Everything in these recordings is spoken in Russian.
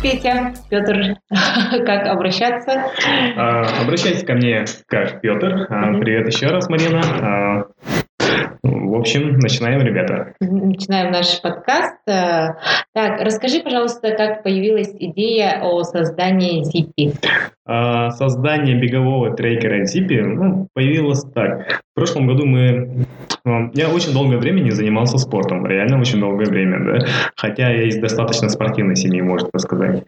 Петя, Петр, как обращаться? Обращайтесь ко мне как Петр. Привет еще раз, Марина. В общем, начинаем, ребята. Начинаем наш подкаст. Так, расскажи, пожалуйста, как появилась идея о создании Zippy? Создание бегового трекера Zippy появилось так. В прошлом году я очень долгое время не занимался спортом, реально очень долгое время, да. Хотя я из достаточно спортивной семьи, можно так сказать.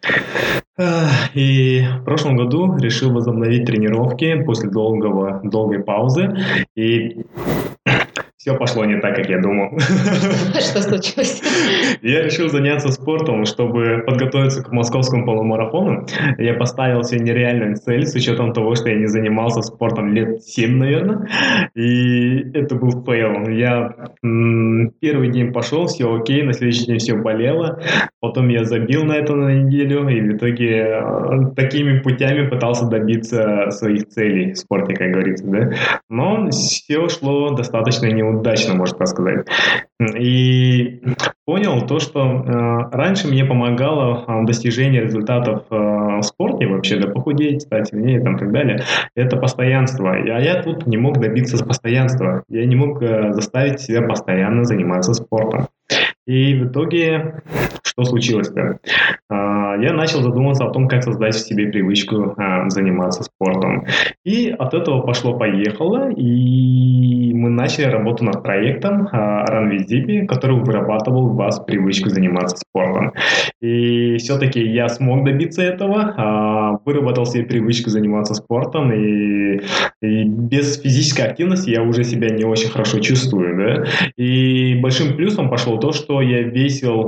И в прошлом году решил возобновить тренировки после долгой паузы. И все пошло не так, как я думал. Что случилось? Я решил заняться спортом, чтобы подготовиться к московскому полумарафону. Я поставил себе нереальную цель, с учетом того, что я не занимался спортом лет 7, наверное. И это был фейл. Я первый день пошел, все окей, на следующий день все болело. Потом я забил на это на неделю, и в итоге такими путями пытался добиться своих целей в спорте, как говорится, да. Но все шло достаточно неудачно, можно так сказать. И понял то, что раньше мне помогало достижение результатов в спорте вообще, да, похудеть, стать сильнее и так далее. Это постоянство. А я тут не мог добиться постоянства. Я не мог заставить себя постоянно заниматься спортом. И в итоге что случилось-то? Я начал задумываться о том, как создать в себе привычку заниматься спортом. И от этого пошло-поехало, и мы начали работу над проектом Run with Zippy, который вырабатывал в вас привычку заниматься спортом. И все-таки я смог добиться этого, выработал себе привычку заниматься спортом, и без физической активности я уже себя не очень хорошо чувствую, да? И большим плюсом пошло то, что я весил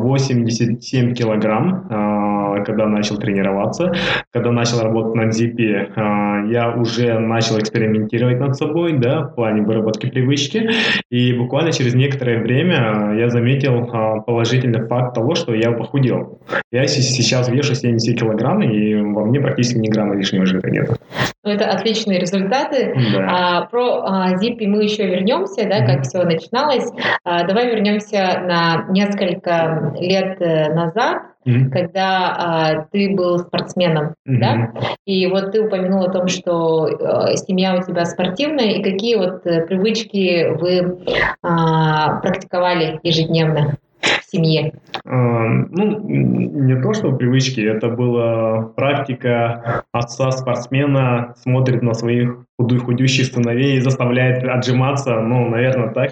87 килограмм, когда начал тренироваться. Когда начал работать над Zippy, я уже начал экспериментировать над собой, да, в плане выработки привычки. И буквально через некоторое время я заметил положительный факт того, что я похудел. Я сейчас вешу 70 килограмм, и во мне практически ни грамма лишнего жира нет. Это отличные результаты. Да. Про Zippy мы еще вернемся, да, как все начиналось. Давай вернемся на несколько лет назад, когда ты был спортсменом, да? И вот ты упомянул о том, что семья у тебя спортивная, и какие вот привычки вы практиковали ежедневно в семье? Не то, что привычки, это была практика отца-спортсмена, смотрит на своих худющих сыновей и заставляет отжиматься, наверное, так.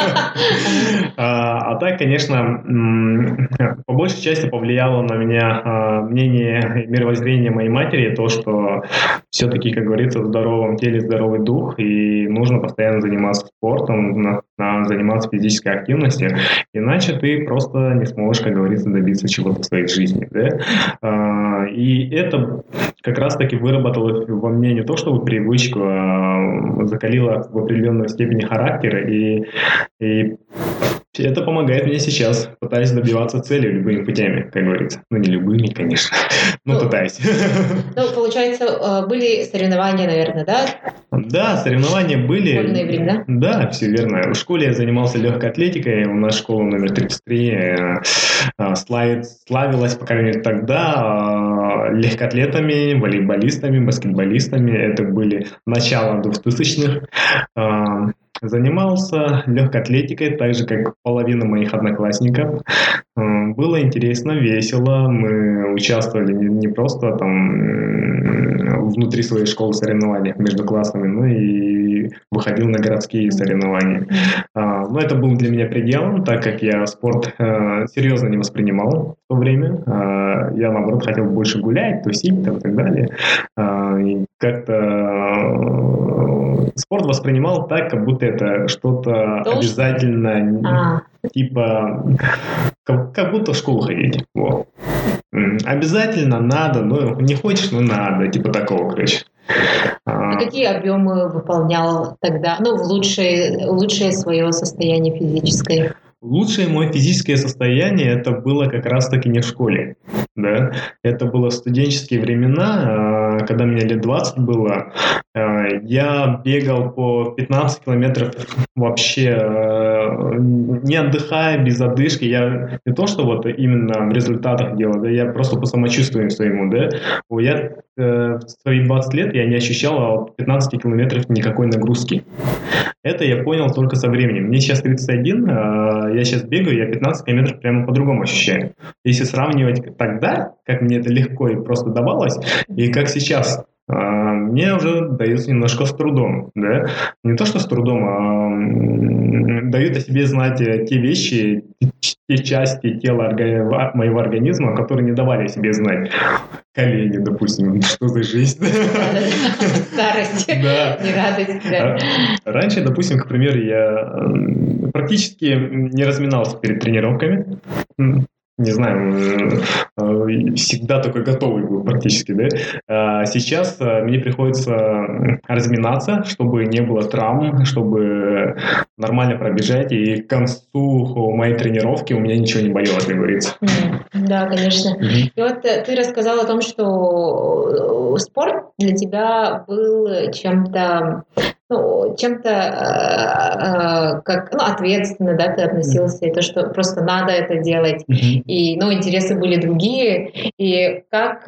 А так, конечно, по большей части повлияло на меня мнение и мировоззрение моей матери, то, что все-таки, как говорится, в здоровом теле здоровый дух, и нужно постоянно заниматься спортом, заниматься физической активностью, иначе ты просто не сможешь, как говорится, добиться чего-то в своей жизни. Да? И это как раз-таки выработало во мне не то, чтобы привычку, закалило в определенной степени характер, и это помогает мне сейчас, пытаясь добиваться цели любыми путями, как говорится. Не любыми, конечно, но пытаюсь. Получается, были соревнования, наверное, да? Да, соревнования были. Школьные времена? Да, все верно. В школе я занимался легкой атлетикой. У нас школа номер 33 славилась, по крайней мере, тогда легкоатлетами, волейболистами, баскетболистами. Это были начало 2000-х. Занимался легкой атлетикой, так же, как половина моих одноклассников. Было интересно, весело. Мы участвовали не просто там внутри своей школы соревнований между классами, но и выходил на городские соревнования. Но это был для меня пределом, так как я спорт серьезно не воспринимал в то время. Я, наоборот, хотел больше гулять, тусить там, и так далее. И как-то спорт воспринимал так, как будто это что-то обязательно, типа, как будто в школу ходить. Вот. Обязательно надо, не хочешь, но надо, типа такого, короче. Какие объемы выполнял тогда, в лучшее свое состояние физическое? Лучшее мое физическое состояние это было как раз-таки не в школе. да, это было студенческие времена, когда мне лет 20 было, я бегал по 15 километров вообще, не отдыхая, без одышки, я не то, что вот именно в результатах делал, да, я просто по самочувствию своему, да, я в свои 20 лет я не ощущал от 15 километров никакой нагрузки. Это я понял только со временем. Мне сейчас 31, я сейчас бегаю, я 15 километров прямо по-другому ощущаю. Если сравнивать тогда, как мне это легко и просто давалось, и как сейчас, мне уже дается немножко с трудом, да? Не то, что с трудом, а дают о себе знать те вещи, те части тела моего организма, которые не давали о себе знать. Колени, допустим, что за жизнь? Старость, не радость. Раньше, допустим, к примеру, я практически не разминался перед тренировками. Не знаю, всегда такой готовый был практически, да. Сейчас мне приходится разминаться, чтобы не было травм, чтобы нормально пробежать, и к концу моей тренировки у меня ничего не болело, как говорится. Да, конечно. И вот ты рассказал о том, что спорт для тебя был чем-то как ответственно, да, ты относился, и то, что просто надо это делать, и, интересы были другие, и как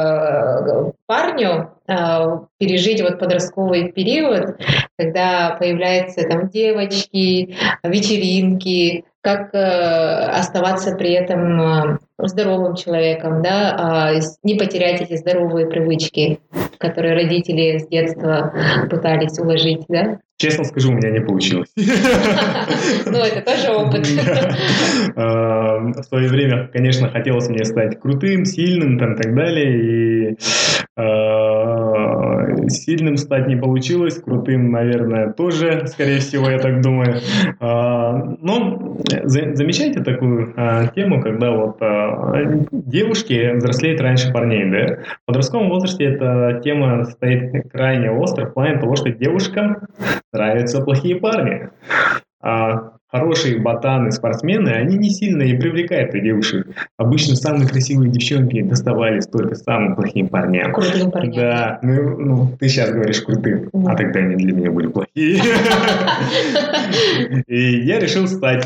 парню пережить вот подростковый период, когда появляются там девочки, вечеринки, как оставаться при этом здоровым человеком, да, не потерять эти здоровые привычки, которые родители с детства пытались уложить, да? Честно скажу, у меня не получилось. Ну, это тоже опыт. В свое время, конечно, хотелось мне стать крутым, сильным, там, так далее, и сильным стать не получилось, крутым, наверное, тоже, скорее всего, я так думаю. Но замечайте такую тему, когда вот девушки взрослеют раньше парней, да? В подростковом возрасте эта тема стоит крайне остро в плане того, что девушкам нравятся плохие парни. Хорошие ботаны, спортсмены, они не сильно и привлекают девушек. Обычно самые красивые девчонки доставались только самым плохим парням. Крутым парням. Да, ты сейчас говоришь крутым, а тогда они для меня были плохие. И я решил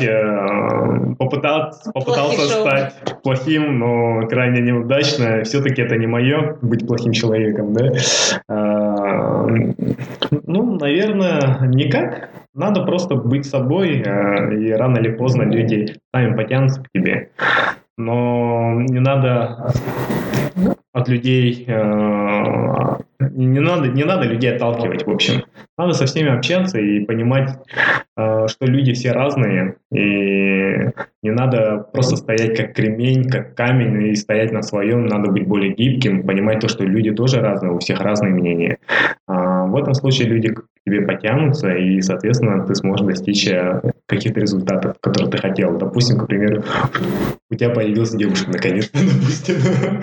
попытался стать плохим, но крайне неудачно. Все-таки это не мое, быть плохим человеком, да? Наверное, никак. Надо просто быть собой, и рано или поздно люди сами потянутся к тебе. Но не надо от людей, не надо людей отталкивать, в общем. Надо со всеми общаться и понимать, что люди все разные, и не надо просто стоять как кремень, как камень и стоять на своем, надо быть более гибким, понимать то, что люди тоже разные, у всех разные мнения. В этом случае люди к тебе потянутся, и, соответственно, ты сможешь достичь каких-то результатов, которые ты хотел. Допустим, к примеру, у тебя появилась девушка наконец-то, допустим.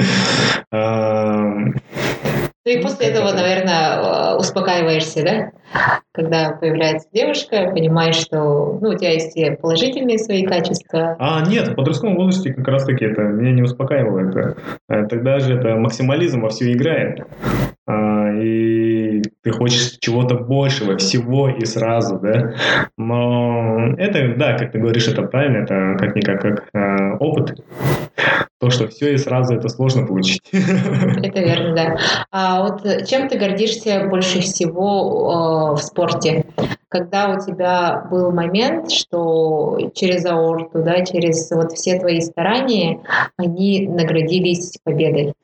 И после этого, наверное, успокаиваешься, да? Когда появляется девушка, понимаешь, что у тебя есть и положительные свои качества. Нет, в подростковом возрасте как раз-таки это меня не успокаивало. Тогда же это максимализм во все играет. И ты хочешь чего-то большего, всего и сразу, да? Но это, да, как ты говоришь, это правильно, это как-никак как опыт. То, что все и сразу, это сложно получить. Это верно, да. А вот чем ты гордишься больше всего в спорте? Когда у тебя был момент, что через аорту, да, через вот все твои старания, они наградились победой?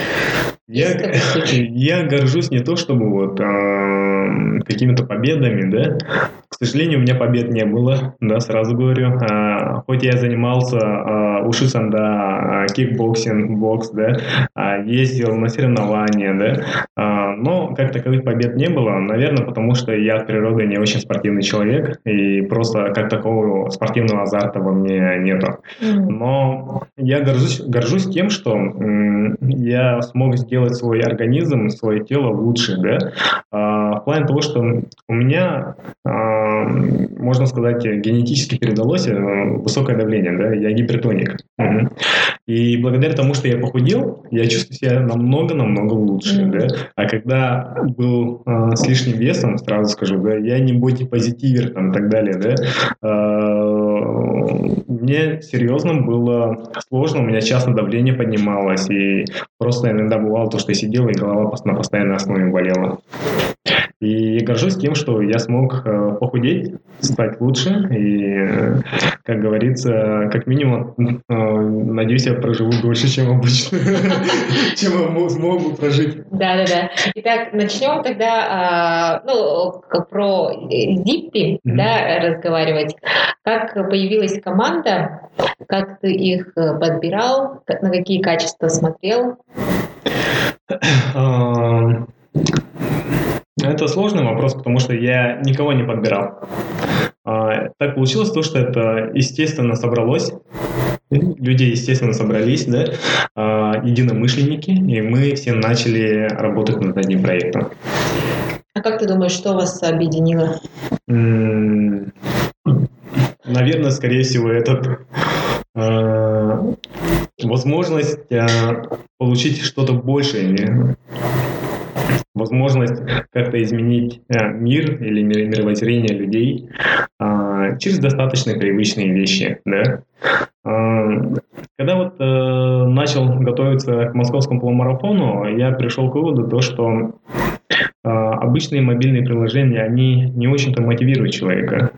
Я горжусь не то чтобы какими-то победами, да. К сожалению, у меня побед не было, да, сразу говорю. Хоть я занимался ушу санда, кикбоксинг, бокс, да, ездил на соревнования, да, но как таковых побед не было, наверное, потому что я от природы не очень спортивный человек, и просто как такого спортивного азарта во мне нету. Но я горжусь тем, что я смог сделать свой организм, свое тело лучше, да, в плане того, что у меня, можно сказать, генетически передалось высокое давление, да, я гипертоник. И благодаря тому, что я похудел, я чувствую себя намного-намного лучше, да. А когда был с лишним весом, сразу скажу, да, я не бодипозитивер там и так далее, да, мне серьезно было сложно, у меня часто давление поднималось, и просто иногда бывало то, что я сидел, и голова на постоянной основе болела. И я горжусь тем, что я смог похудеть, стать лучше, и, как говорится, как минимум, надеюсь, я проживу дольше, чем обычно, чем я смог бы прожить. Да. Итак, начнем тогда про Zippy, да, разговаривать. Как появилась команда, как ты их подбирал, на какие качества смотрел? Это сложный вопрос, потому что я никого не подбирал. Так получилось то, что это естественно собралось. Люди, естественно, собрались, да, единомышленники, и мы все начали работать над одним проектом. А как ты думаешь, что вас объединило? Наверное, скорее всего, возможность получить что-то большее, возможность как-то изменить мир или мировоззрение людей через достаточно привычные вещи, да. Когда вот начал готовиться к московскому полумарафону, я пришел к выводу, то, что обычные мобильные приложения, они не очень-то мотивируют человека.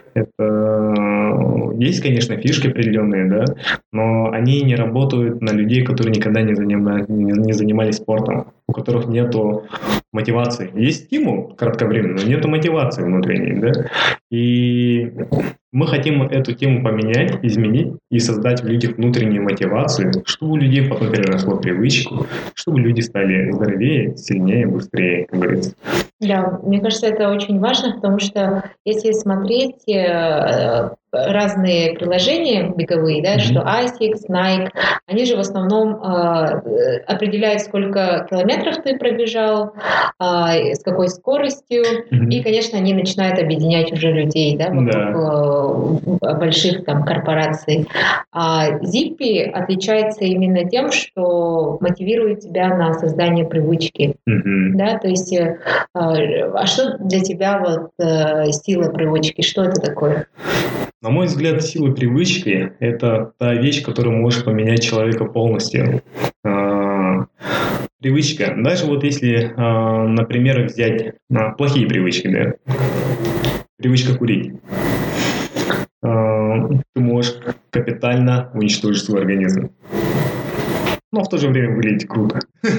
Есть, конечно, фишки определенные, да, но они не работают на людей, которые никогда не занимались спортом, у которых нету мотивации. Есть стимул кратковременный, но нету мотивации внутренней, да. И мы хотим эту тему поменять, изменить и создать в людях внутреннюю мотивацию, чтобы у людей потом переросло привычку, чтобы люди стали здоровее, сильнее, быстрее, как говорится. Да, мне кажется, это очень важно, потому что если смотреть разные приложения беговые, да, что ASICS, Nike, они же в основном определяют, сколько километров ты пробежал, с какой скоростью, и, конечно, они начинают объединять уже людей, да, вокруг больших там корпораций. А Zippy отличается именно тем, что мотивирует тебя на создание привычки, да, то есть, а что для тебя вот сила привычки, что это такое? На мой взгляд, сила привычки – это та вещь, которая может поменять человека полностью. Привычка. Даже вот если, например, взять плохие привычки, да, привычка курить, ты можешь капитально уничтожить свой организм. Но в то же время выглядеть круто.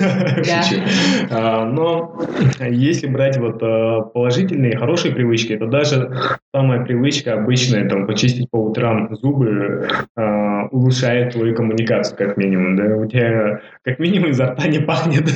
Но если брать вот положительные, хорошие привычки, это даже самая привычка обычная, там, почистить по утрам зубы, улучшает твою коммуникацию, как минимум. Да? У тебя как минимум изо рта не пахнет.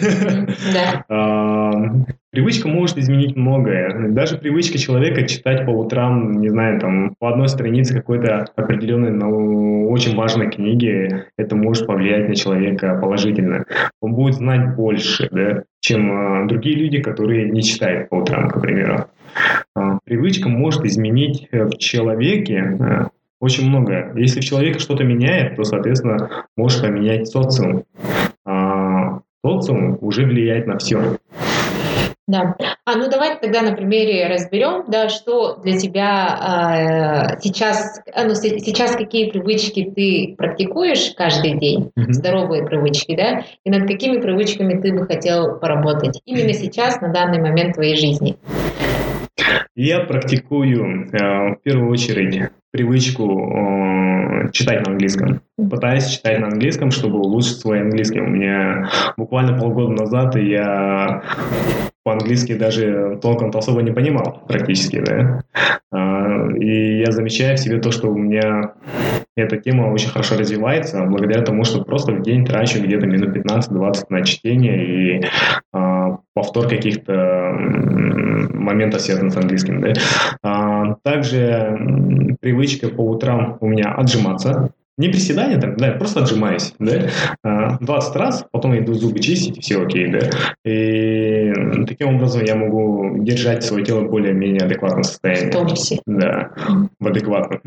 Привычка может изменить многое. Даже привычка человека читать по утрам, не знаю, там, по одной странице какой-то определенной, но очень важной книги, это может повлиять на человека положительно. Он будет знать больше, да, чем другие люди, которые не читают по утрам, к примеру. Привычка может изменить в человеке очень многое. Если в человеке что-то меняет, то, соответственно, может поменять социум. Социум уже влияет на все. Да. Ну давай тогда на примере разберем, да, что для тебя сейчас, сейчас какие привычки ты практикуешь каждый день, здоровые привычки, да, и над какими привычками ты бы хотел поработать именно сейчас, на данный момент твоей жизни. Я практикую в первую очередь привычку читать на английском. Пытаюсь читать на английском, чтобы улучшить свой английский. У меня буквально полгода назад я по-английски даже толком-то особо не понимал практически, да. И я замечаю в себе то, что у меня эта тема очень хорошо развивается благодаря тому, что просто в день трачу где-то минут 15-20 на чтение и повтор каких-то моментов, связанных с английским. Да. Также привычка по утрам у меня отжиматься. Не приседания, там, да, просто отжимаюсь, да, 20 раз, потом иду зубы чистить, и все окей, да. И таким образом я могу держать свое тело в более-менее адекватном состоянии. В тонусе. Да, в адекватном.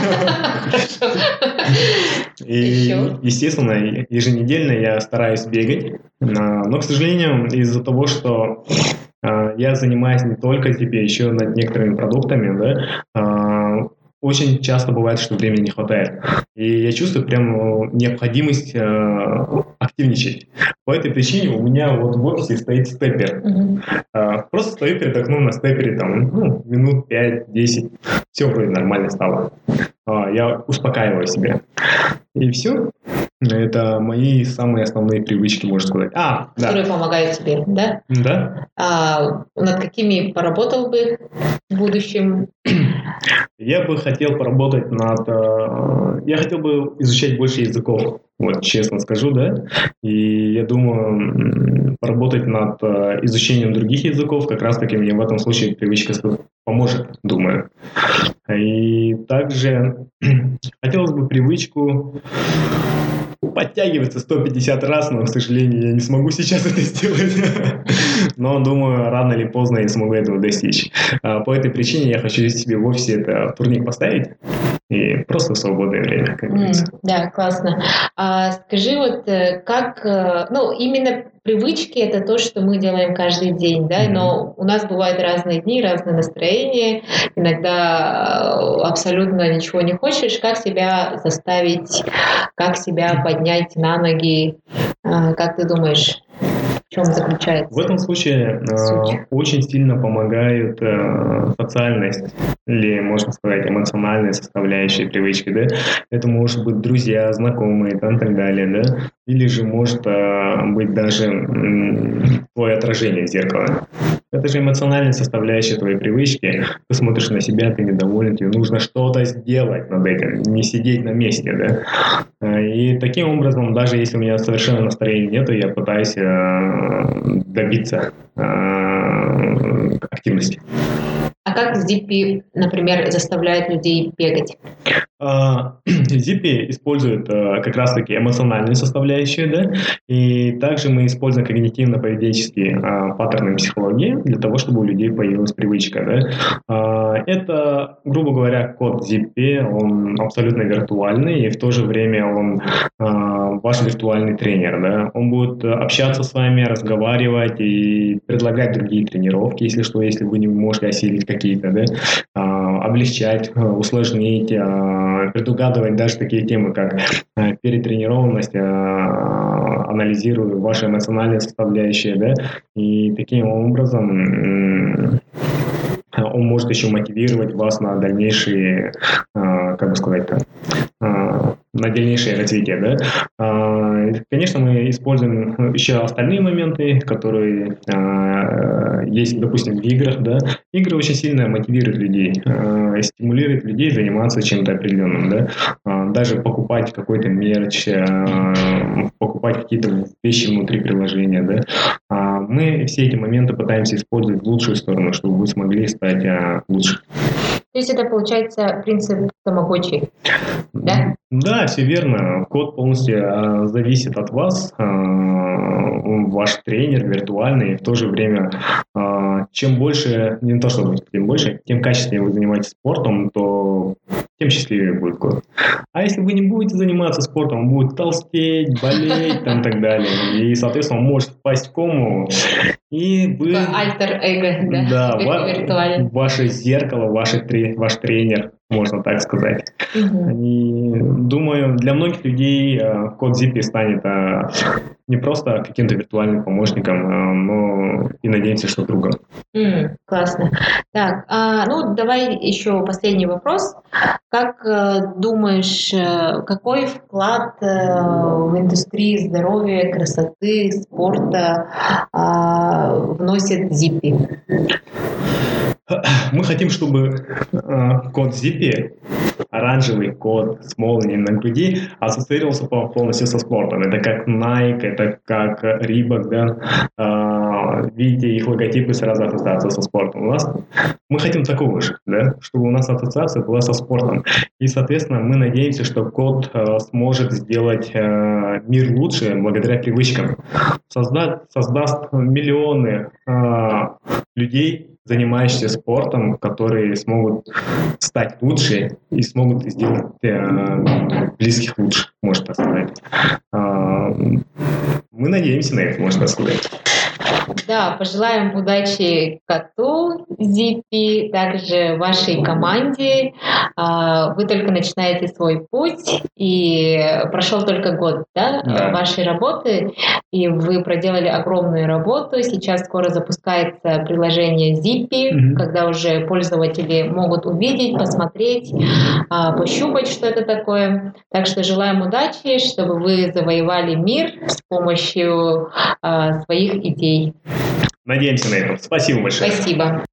И, естественно, еженедельно я стараюсь бегать, но, к сожалению, из-за того, что я занимаюсь не только тебе, еще над некоторыми продуктами, да, очень часто бывает, что времени не хватает. И я чувствую прям необходимость активничать. По этой причине у меня вот в офисе стоит степпер. Просто стою перед окном на степпере, там, минут 5-10. Все вроде нормально стало. Я успокаиваю себя. И все. Это мои самые основные привычки, можно сказать. Да. Которые помогают тебе, да? Да. Над какими поработал бы в будущем? Я бы хотел поработать я хотел бы изучать больше языков, вот честно скажу, да. И я думаю, поработать над изучением других языков как раз-таки мне в этом случае привычка поможет, думаю. И также хотелось бы привычку подтягиваться 150 раз, но, к сожалению, я не смогу сейчас это сделать. Но, думаю, рано или поздно я смогу этого достичь. По этой причине я хочу себе в офисе это турник поставить и просто в свободное время, как говорится. Да, классно. Скажи, вот как, именно привычки — это то, что мы делаем каждый день, да, но у нас бывают разные дни, разные настроения, иногда абсолютно ничего не хочешь. Как себя заставить, как себя поднять на ноги? Как ты думаешь, в чем заключается? В этом случае очень сильно помогают социальность или, можно сказать, эмоциональная составляющая привычки, да? Это может быть друзья, знакомые, там, так далее, да? Или же может быть даже твое отражение в зеркало. Это же эмоциональная составляющая твоей привычки. Ты смотришь на себя, ты недоволен, тебе нужно что-то сделать над этим, не сидеть на месте, да? И таким образом, даже если у меня совершенно настроения нету, я пытаюсь добиться активности. А как Zippy, например, заставляет людей бегать? Zippy использует как раз-таки эмоциональную составляющую, да, и также мы используем когнитивно-поведенческие паттерны психологии для того, чтобы у людей появилась привычка, да. Это, грубо говоря, код Zippy, он абсолютно виртуальный, и в то же время он ваш виртуальный тренер, да. Он будет общаться с вами, разговаривать и предлагать другие тренировки, если что, если вы не можете осилить какие-то, да, облегчать, усложнить, предугадывать даже такие темы, как перетренированность, анализируя ваши эмоциональные составляющие, да, и таким образом он может еще мотивировать вас на дальнейшие, на дальнейшее развитие, да. Конечно, мы используем еще остальные моменты, которые есть, допустим, в играх, да. Игры очень сильно мотивируют людей, стимулируют людей заниматься чем-то определенным, да. Даже покупать какой-то мерч, покупать какие-то вещи внутри приложения, да. Мы все эти моменты пытаемся использовать в лучшую сторону, чтобы вы смогли стать лучше. То есть это получается принцип тамагочи, да? Да, все верно. Код полностью зависит от вас. Ваш тренер виртуальный, и в то же время чем больше, не то чтобы тем больше, тем качественнее вы занимаетесь спортом, то тем счастливее будет код. А если вы не будете заниматься спортом, он будет толстеть, болеть, там, и так далее. И, соответственно, он может впасть в кому. И вы... Альтер-эго, да, виртуально. Ваше зеркало, ваш тренер, можно так сказать. И думаю, для многих людей код Zippy станет не просто каким-то виртуальным помощником, но и надеемся, что другом. Классно. Так, давай еще последний вопрос. Как думаешь, какой вклад в индустрии здоровья, красоты, спорта вносит Zippy? Мы хотим, чтобы код Zippy, оранжевый код с молнией на груди, ассоциировался полностью со спортом. Это как Nike, это как Reebok, да. Видите их логотипы, сразу ассоциация со спортом. Мы хотим такого же, да, чтобы у нас ассоциация была со спортом. И, соответственно, мы надеемся, что код сможет сделать мир лучше благодаря привычкам. Создаст миллионы людей, занимающихся спортом, которые смогут стать лучше и смогут сделать близких лучше, можно так сказать. Мы надеемся на это, можно сказать. Да, пожелаем удачи коту Zippy, также вашей команде. Вы только начинаете свой путь, и прошел только год, да, вашей работы, и вы проделали огромную работу. Сейчас скоро запускается приложение Zippy, когда уже пользователи могут увидеть, посмотреть, пощупать, что это такое. Так что желаем удачи, чтобы вы завоевали мир с помощью своих идей. Надеемся на это. Спасибо большое. Спасибо.